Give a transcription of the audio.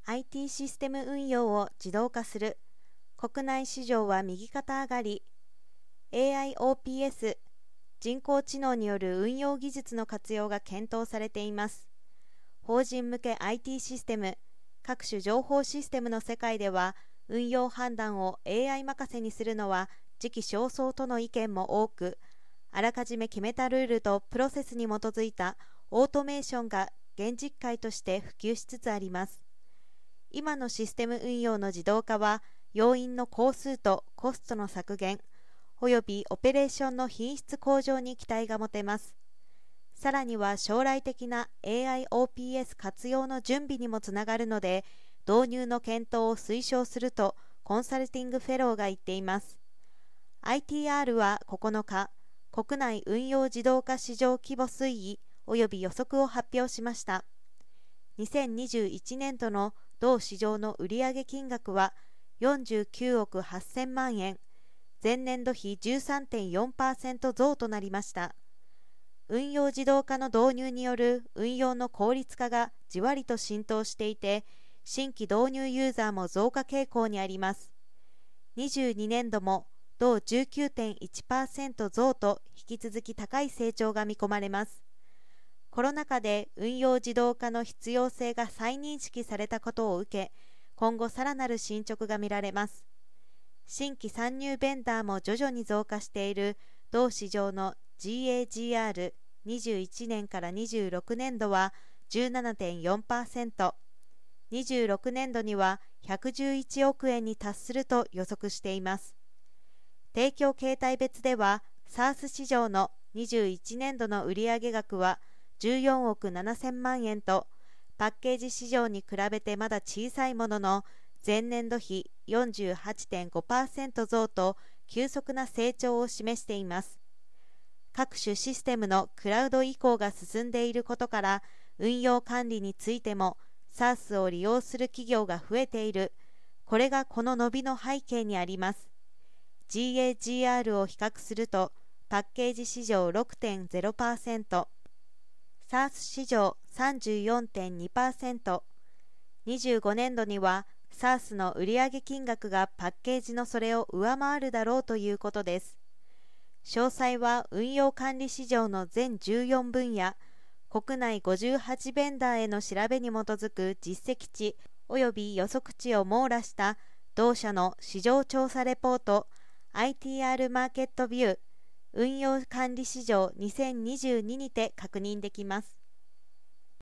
IT システム運用を自動化する。国内市場は右肩上がり。 AIOPS 人工知能による運用技術の活用が検討されています。法人向け IT システム、各種情報システムの世界では運用判断を AI 任せにするのは時期尚早との意見も多く、あらかじめ決めたルールとプロセスに基づいたオートメーションが現実界として普及しつつあります。今のシステム運用の自動化は要因の工数とコストの削減およびオペレーションの品質向上に期待が持てます。さらには将来的な AIOPS 活用の準備にもつながるので、導入の検討を推奨するとコンサルティングフェローが言っています。ITR は9日、国内運用自動化市場規模推移および予測を発表しました。2021年度の同市場の売上金額は49億8000万円、前年度比 13.4% 増となりました。運用自動化の導入による運用の効率化がじわりと浸透していて、新規導入ユーザーも増加傾向にあります。22年度も同 19.1% 増と引き続き高い成長が見込まれます。コロナ禍で運用自動化の必要性が再認識されたことを受け、今後さらなる進捗が見られます。新規参入ベンダーも徐々に増加している同市場の GAGR21 年から26年度は 17.4%、26年度には111億円に達すると予測しています。提供形態別では SaaS 市場の21年度の売上額は14億7000万円と、パッケージ市場に比べてまだ小さいものの、前年度比 48.5% 増と急速な成長を示しています。各種システムのクラウド移行が進んでいることから、運用管理についても SaaS を利用する企業が増えている。これがこの伸びの背景にあります。GAGR を比較すると、パッケージ市場 6.0%、SaaS 市場 34.2%、25年度には SaaS の売上金額がパッケージのそれを上回るだろうということです。詳細は運用管理市場の全14分野、国内58ベンダーへの調べに基づく実績値及び予測値を網羅した同社の市場調査レポート ITR マーケットビュー運用管理市場2022にて確認できます。